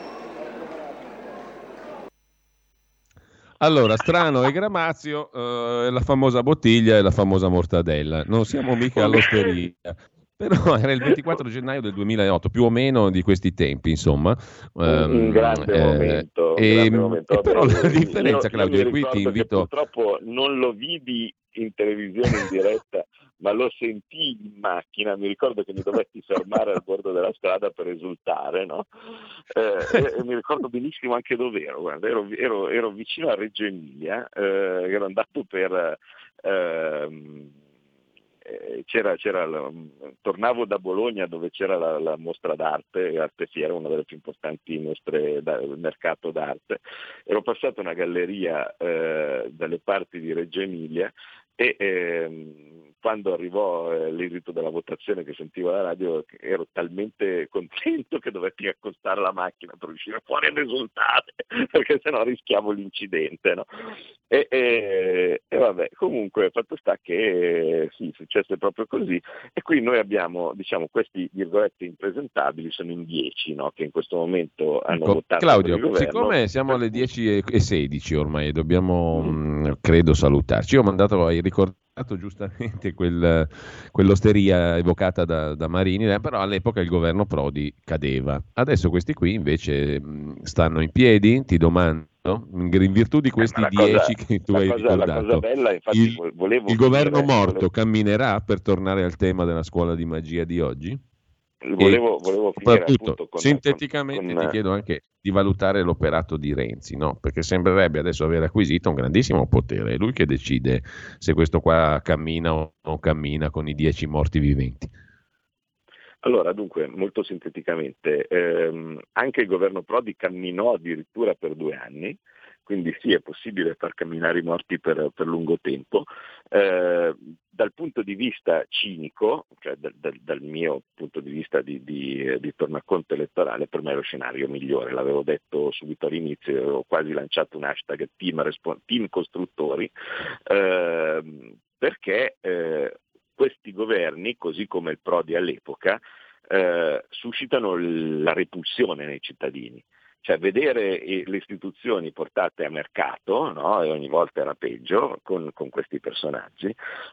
Allora, Strano e Gramazio, eh, la famosa bottiglia e la famosa mortadella. Non siamo mica all'osteria, però era il ventiquattro gennaio del duemilaotto, più o meno di questi tempi, insomma. Un, un grande eh, momento. E, grande momento. e però la differenza, io, Claudio, io e qui ti invito... purtroppo non lo vidi in televisione in diretta ma lo sentii in macchina, mi ricordo che mi dovetti fermare al bordo della strada per esultare, no? Eh, e, e mi ricordo benissimo anche dove ero, guarda, ero, ero, ero vicino a Reggio Emilia, eh, ero andato per... Eh, C'era, c'era la, tornavo da Bologna dove c'era la, la mostra d'arte, Arte Fiera, una delle più importanti mostre del mercato d'arte. Ero passato una galleria eh, dalle parti di Reggio Emilia e eh, quando arrivò eh, l'esito della votazione, che sentivo alla radio, ero talmente contento che dovetti accostare la macchina per uscire fuori al risultato, perché sennò rischiavo l'incidente, no? E, e, e vabbè, comunque fatto sta che eh, sì, successe proprio così, e qui noi abbiamo, diciamo, questi virgolette impresentabili sono in dieci, no? Che in questo momento hanno Ecco, votato Claudio, per il governo. siccome siamo alle cui... dieci e sedici ormai, dobbiamo, mm. mh, credo, salutarci. Io ho mandato, hai ricordato giustamente quel, quell'osteria evocata da, da Marini, eh, però all'epoca il governo Prodi cadeva. Adesso questi qui invece mh, stanno in piedi, ti domando, in virtù di questi Eh, dieci cosa, che tu la hai cosa, ricordato. la cosa bella, infatti, il, volevo il governo finire, morto volevo... camminerà, per tornare al tema della scuola di magia di oggi? Volevo, volevo finire appunto con, sinteticamente con, con, ti chiedo anche di valutare l'operato di Renzi, no? Perché sembrerebbe adesso aver acquisito un grandissimo potere, è lui che decide se questo qua cammina o non cammina con i dieci morti viventi. Allora, dunque, molto sinteticamente, ehm, anche il governo Prodi camminò addirittura per due anni, quindi sì, è possibile far camminare i morti per, per lungo tempo. Eh, dal punto di vista cinico, cioè dal, dal, dal mio punto di vista di, di, di tornaconto elettorale, per me è lo scenario migliore. L'avevo detto subito all'inizio, avevo quasi lanciato un hashtag team, respon- team costruttori, eh, perché eh, questi governi, così come il Prodi all'epoca, eh, suscitano la repulsione nei cittadini. Cioè vedere le istituzioni portate a mercato, no? E ogni volta era peggio con, con questi personaggi,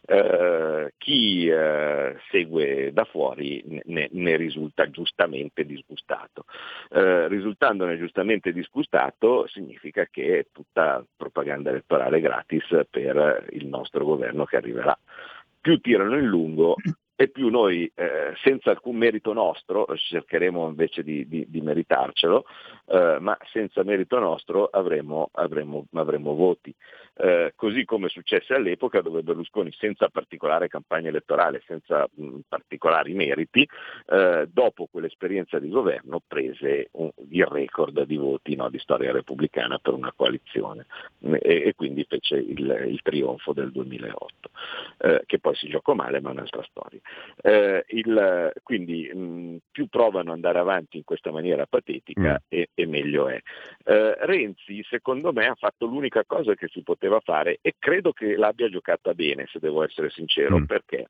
eh, chi eh, segue da fuori ne, ne risulta giustamente disgustato. Eh, risultandone giustamente disgustato significa che è tutta propaganda elettorale gratis per il nostro governo che arriverà. Più tirano in lungo e più noi, eh, senza alcun merito nostro, cercheremo invece di, di, di meritarcelo, eh, ma senza merito nostro avremo, avremo, avremo voti. Eh, così come successe all'epoca, dove Berlusconi, senza particolare campagna elettorale, senza mh, particolari meriti, eh, dopo quell'esperienza di governo prese un, il record di voti, no, di storia repubblicana per una coalizione e, e quindi fece il, il trionfo del duemilaotto, eh, che poi si giocò male, ma è un'altra storia. Eh, il, quindi mh, più provano ad andare avanti in questa maniera patetica mm. e, e meglio è. Eh, Renzi, secondo me, ha fatto l'unica cosa che si poteva fare e credo che l'abbia giocata bene, se devo essere sincero, mm. perché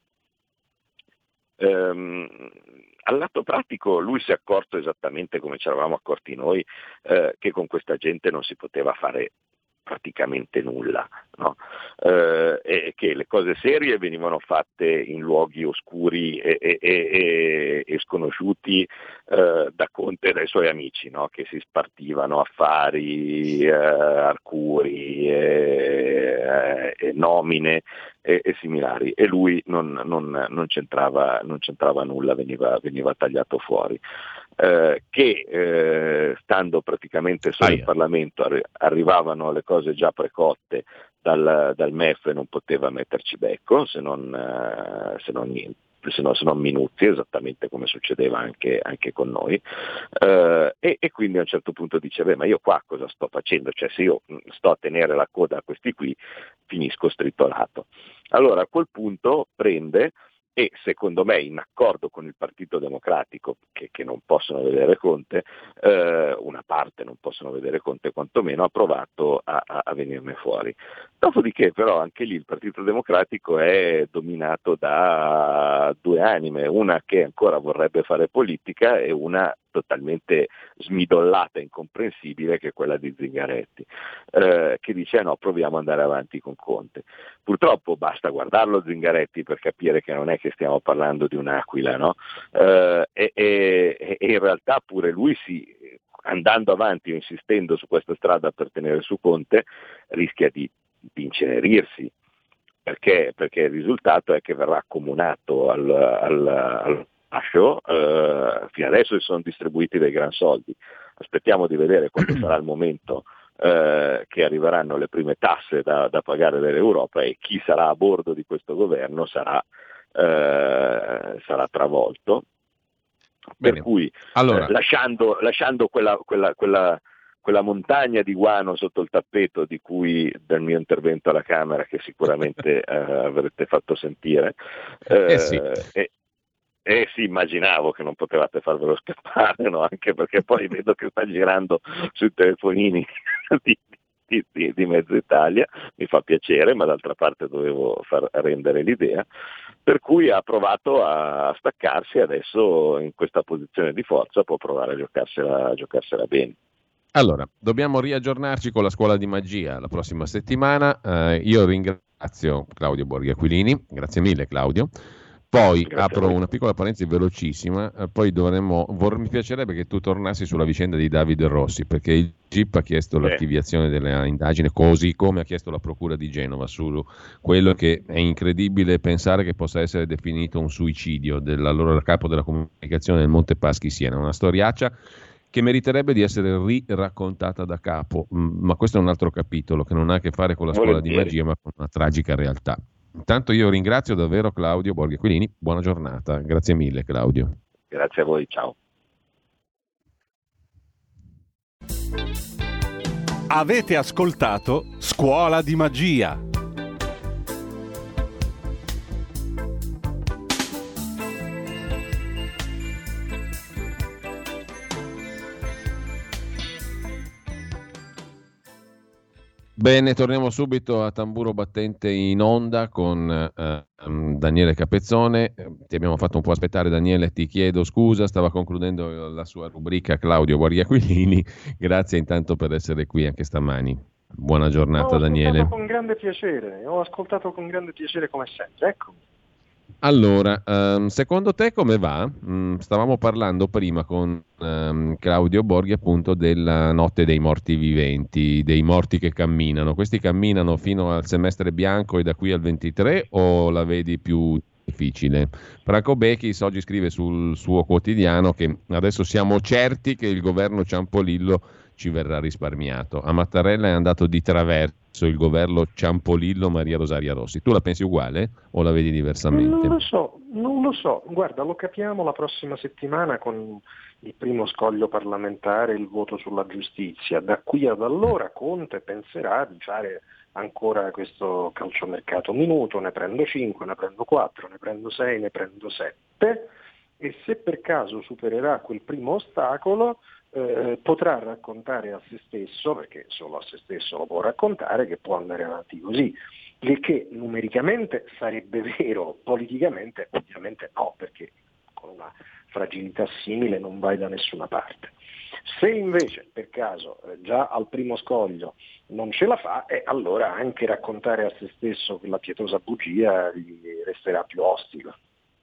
ehm, al lato pratico lui si è accorto, esattamente come ci eravamo accorti noi, eh, che con questa gente non si poteva fare praticamente nulla, no? Eh, e che le cose serie venivano fatte in luoghi oscuri e, e, e, e sconosciuti eh, da Conte e dai suoi amici, no? Che si spartivano affari, eh, arcuri, e, e nomine e, e similari, e lui non, non, non, c'entrava, non c'entrava nulla, veniva, veniva tagliato fuori. Eh, che eh, stando praticamente solo ah, in Parlamento arri- arrivavano le cose già precotte dal, dal M E F e non poteva metterci becco se non, eh, se non niente. Se no, se non minuti, esattamente come succedeva anche, anche con noi, eh, e, e quindi a un certo punto dice, beh, ma io qua cosa sto facendo? Cioè se io sto a tenere la coda a questi qui, finisco stritolato. Allora a quel punto prende e secondo me in accordo con il Partito Democratico, che, che non possono vedere Conte, eh, una parte non possono vedere Conte, quantomeno ha provato a, a, a venirne fuori. Dopodiché però anche lì il Partito Democratico è dominato da due anime, una che ancora vorrebbe fare politica e una totalmente smidollata e incomprensibile, che è quella di Zingaretti, eh, che dice no, proviamo ad andare avanti con Conte. Purtroppo basta guardarlo Zingaretti per capire che non è che stiamo parlando di un'aquila, no? Eh, e, e, e in realtà pure lui si, andando avanti o insistendo su questa strada per tenere su Conte, rischia di, di incenerirsi. perché, perché il risultato è che verrà accomunato al, al, al fascio, eh, fino adesso si sono distribuiti dei gran soldi, aspettiamo di vedere quando sarà il momento eh, che arriveranno le prime tasse da, da pagare dall'Europa e chi sarà a bordo di questo governo sarà, eh, sarà travolto. Bene. Per cui Allora. eh, lasciando, lasciando quella, quella, quella, quella montagna di guano sotto il tappeto di cui dal mio intervento alla Camera, che sicuramente eh, avrete fatto sentire, eh, eh sì. e, e sì, immaginavo che non potevate farvelo scappare, no? Anche perché poi vedo che sta girando sui telefonini di, di, di, di Mezza Italia, mi fa piacere, ma d'altra parte dovevo far rendere l'idea. Per cui ha provato a staccarsi e adesso in questa posizione di forza può provare a giocarsela, a giocarsela bene. Allora, dobbiamo riaggiornarci con la scuola di magia la prossima settimana. Eh, io ringrazio Claudio Borghi Aquilini, grazie mille Claudio. Poi Grazie apro una piccola parentesi velocissima, eh, poi dovremmo, vor, mi piacerebbe che tu tornassi sulla vicenda di Davide Rossi, perché il G I P ha chiesto Sì. l'archiviazione dell'indagine, così come ha chiesto la Procura di Genova su quello che è incredibile pensare che possa essere definito un suicidio dell'allora capo della comunicazione del Monte Paschi Siena, una storiaccia che meriterebbe di essere riraccontata da capo, mm, ma questo è un altro capitolo che non ha a che fare con la scuola Volentieri. di magia, ma con una tragica realtà. Intanto io ringrazio davvero Claudio Borghi Aquilini, buona giornata, grazie mille Claudio. Grazie a voi, ciao. Avete ascoltato Scuola di Magia. Bene, torniamo subito a tamburo battente in onda con eh, Daniele Capezzone. Eh, ti abbiamo fatto un po' aspettare, Daniele, ti chiedo scusa, stava concludendo la sua rubrica Claudio Borghi Aquilini. Grazie intanto per essere qui anche stamani. Buona giornata, ho Daniele. Ho ascoltato con grande piacere, ho ascoltato con grande piacere come sempre, eccomi. Allora, um, secondo te come va? Mm, stavamo parlando prima con um, Claudio Borghi appunto della notte dei morti viventi, dei morti che camminano. Questi camminano fino al semestre bianco e da qui al ventitré o la vedi più difficile? Franco Bechis oggi scrive sul suo quotidiano che adesso siamo certi che il governo Ciampolillo ci verrà risparmiato. A Mattarella è andato di traverso il governo Ciampolillo Maria Rosaria Rossi. Tu la pensi uguale o la vedi diversamente? Non lo so, non lo so. Guarda, lo capiamo la prossima settimana con il primo scoglio parlamentare, il voto sulla giustizia. Da qui ad allora Conte penserà di fare ancora questo calciomercato minuto, ne prendo cinque, ne prendo quattro, ne prendo sei, ne prendo sette, e se per caso supererà quel primo ostacolo Eh, potrà raccontare a se stesso, perché solo a se stesso lo può raccontare, che può andare avanti così, il che numericamente sarebbe vero, politicamente ovviamente no, perché con una fragilità simile non vai da nessuna parte. Se invece per caso eh, già al primo scoglio non ce la fa, eh, allora anche raccontare a se stesso quella pietosa bugia gli resterà più ostico.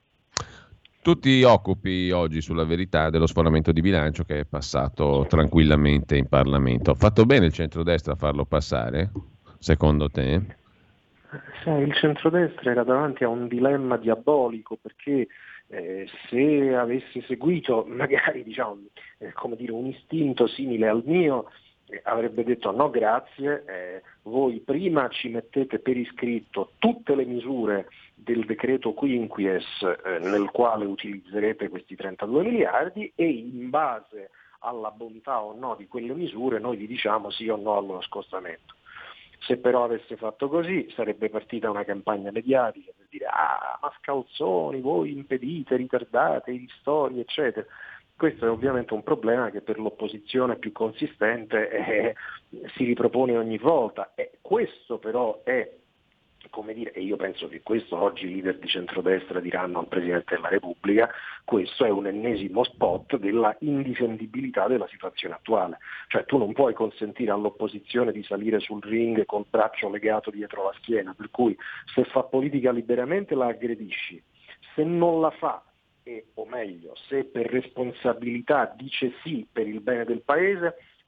Tu ti occupi oggi sulla verità dello sforamento di bilancio che è passato tranquillamente in Parlamento. Ha fatto bene il centrodestra a farlo passare, secondo te? Sai, il centrodestra era davanti a un dilemma diabolico, perché eh, se avesse seguito magari diciamo, eh, come dire, un istinto simile al mio, eh, avrebbe detto no grazie, eh, voi prima ci mettete per iscritto tutte le misure del decreto quinquies eh, nel quale utilizzerete questi trentadue miliardi e in base alla bontà o no di quelle misure noi vi diciamo sì o no allo scostamento. Se però avesse fatto così sarebbe partita una campagna mediatica per dire ah ma scalzoni, voi impedite, ritardate i ristori eccetera. Questo è ovviamente un problema che per l'opposizione più consistente eh, si ripropone ogni volta, e questo però è, come dire, e io penso che questo oggi i leader di centrodestra diranno al Presidente della Repubblica, questo è un ennesimo spot della indifendibilità della situazione attuale. Cioè tu non puoi consentire all'opposizione di salire sul ring col braccio legato dietro la schiena, per cui se fa politica liberamente la aggredisci, se non la fa, e, o meglio, se per responsabilità dice sì per il bene del Paese,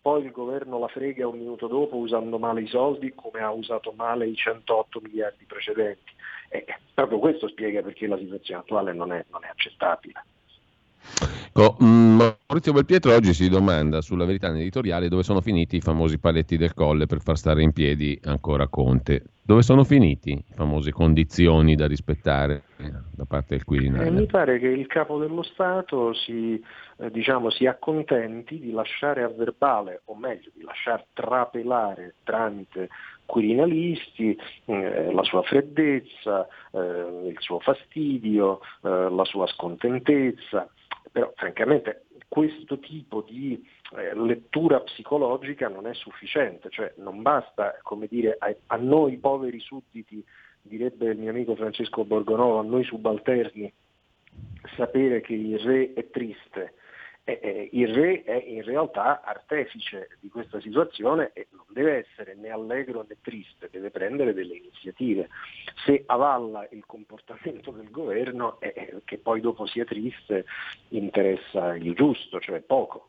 poi il governo la frega un minuto dopo usando male i soldi come ha usato male i centootto miliardi precedenti. E proprio questo spiega perché la situazione attuale non è, non è accettabile. Oh, Maurizio Belpietro oggi si domanda sulla Verità editoriale dove sono finiti i famosi paletti del Colle per far stare in piedi ancora Conte. Dove sono finiti i famosi condizioni da rispettare da parte del Quirinale? Eh, mi pare che il capo dello Stato si, eh, diciamo, si accontenti di lasciare a verbale, o meglio di lasciar trapelare tramite quirinalisti eh, la sua freddezza, eh, il suo fastidio, eh, la sua scontentezza. Però francamente questo tipo di eh, lettura psicologica non è sufficiente, cioè non basta, come dire, a, a noi poveri sudditi, direbbe il mio amico Francesco Borgonovo, a noi subalterni, sapere che il re è triste. Eh, eh, il re è in realtà artefice di questa situazione e non deve essere né allegro né triste, deve prendere delle iniziative. Se avalla il comportamento del governo, eh, che poi dopo sia triste, interessa il giusto, cioè poco.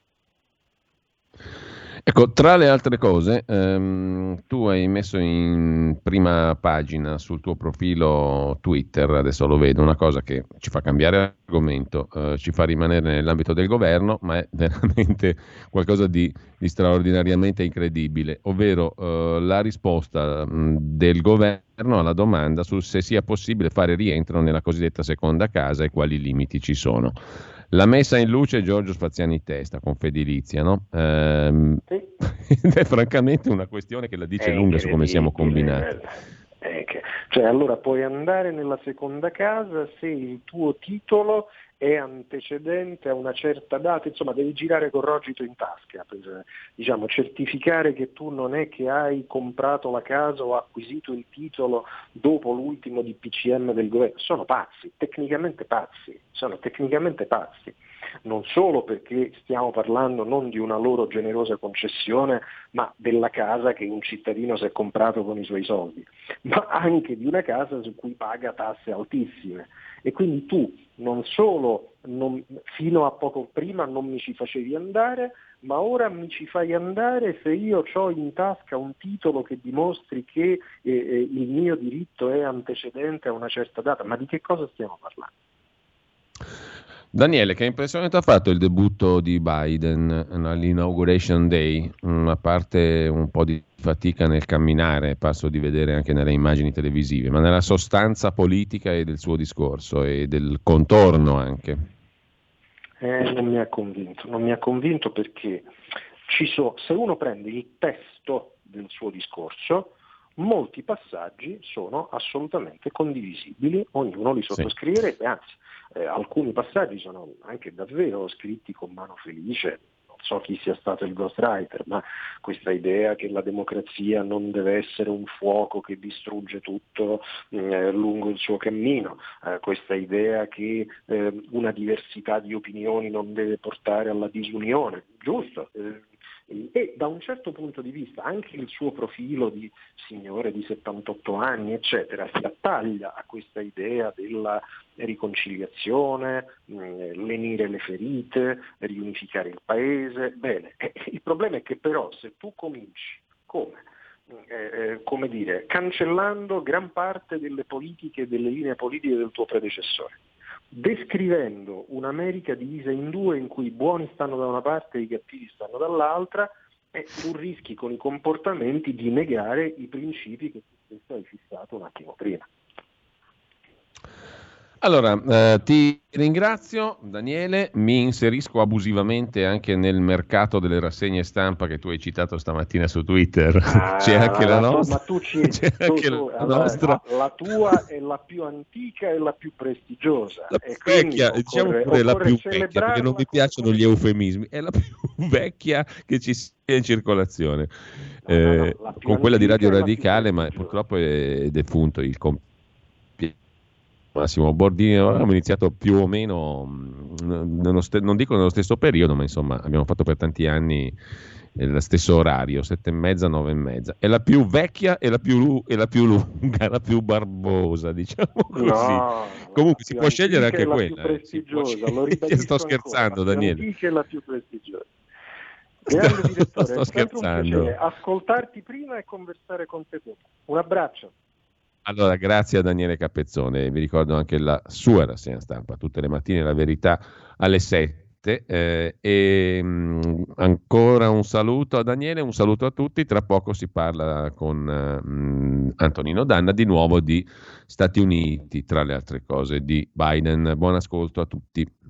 Ecco, tra le altre cose, ehm, tu hai messo in prima pagina sul tuo profilo Twitter, adesso lo vedo, una cosa che ci fa cambiare argomento, eh, ci fa rimanere nell'ambito del governo, ma è veramente qualcosa di, di straordinariamente incredibile, ovvero eh, la risposta mh, del governo alla domanda su se sia possibile fare rientro nella cosiddetta seconda casa e quali limiti ci sono. La messa in luce Giorgio Spaziani Testa con Fedilizia, no? Ehm, sì. Ed è francamente una questione che la dice è lunga su come siamo combinati. È che, cioè, allora puoi andare nella seconda casa se il tuo titolo è antecedente a una certa data, insomma devi girare col rogito in tasca, per, diciamo, certificare che tu non è che hai comprato la casa o acquisito il titolo dopo l'ultimo D P C M del governo. Sono pazzi, tecnicamente pazzi, sono tecnicamente pazzi. Non solo perché stiamo parlando non di una loro generosa concessione, ma della casa che un cittadino si è comprato con i suoi soldi, ma anche di una casa su cui paga tasse altissime. E quindi tu non solo non, fino a poco prima non mi ci facevi andare, ma ora mi ci fai andare se io ho in tasca un titolo che dimostri che eh, il mio diritto è antecedente a una certa data. Ma di che cosa stiamo parlando? Daniele, che impressione ti ha fatto il debutto di Biden all'Inauguration Day? A parte un po' di fatica nel camminare, passo di vedere anche nelle immagini televisive, ma nella sostanza politica e del suo discorso e del contorno anche. Eh, non mi ha convinto, non mi ha convinto perché ci so, se uno prende il testo del suo discorso, molti passaggi sono assolutamente condivisibili, ognuno li sottoscriverebbe, sì. Anzi, eh, alcuni passaggi sono anche davvero scritti con mano felice. Non so chi sia stato il ghostwriter, ma questa idea che la democrazia non deve essere un fuoco che distrugge tutto eh, lungo il suo cammino, eh, questa idea che eh, una diversità di opinioni non deve portare alla disunione, giusto? Eh, E da un certo punto di vista anche il suo profilo di signore di settantotto anni, eccetera, si attaglia a questa idea della riconciliazione, mh, lenire le ferite, riunificare il paese. Bene, eh, il problema è che però se tu cominci come, eh, come dire, cancellando gran parte delle politiche, delle linee politiche del tuo predecessore, descrivendo un'America divisa in due in cui i buoni stanno da una parte e i cattivi stanno dall'altra, e tu rischi con i comportamenti di negare i principi che tu stesso hai fissato un attimo prima. Allora, eh, ti ringrazio Daniele, mi inserisco abusivamente anche nel mercato delle rassegne stampa che tu hai citato stamattina su Twitter. Ah, c'è anche la, la nostra. Ma tu ci, c'è tu, anche tu, la, allora, nostra. La, la tua è la più antica e la più prestigiosa. La più vecchia, occorre, diciamo pure la più vecchia, perché non mi piacciono gli eufemismi, è la più vecchia che ci sia in circolazione. No, eh, no, no, con quella di Radio Radicale, ma purtroppo è defunto il comp- Massimo Bordini. Abbiamo iniziato più o meno, nello st- non dico nello stesso periodo, ma insomma abbiamo fatto per tanti anni lo stesso orario, sette e mezza, nove e mezza. È la più vecchia e la più, lu- e la più lunga, la più barbosa, diciamo così. No, comunque si può scegliere anche quella. Prestigiosa, lo ribadisco sto scherzando, ancora, Daniele. La più prestigiosa. Grande direttore, sto è sempre un scherzando. piacere ascoltarti prima e conversare con te dopo. Un abbraccio. Allora, grazie a Daniele Capezzone, vi ricordo anche la sua rassegna stampa, tutte le mattine La Verità alle sette, eh, e mh, ancora un saluto a Daniele, un saluto a tutti, tra poco si parla con mh, Antonino Danna di nuovo di Stati Uniti, tra le altre cose, di Biden. Buon ascolto a tutti.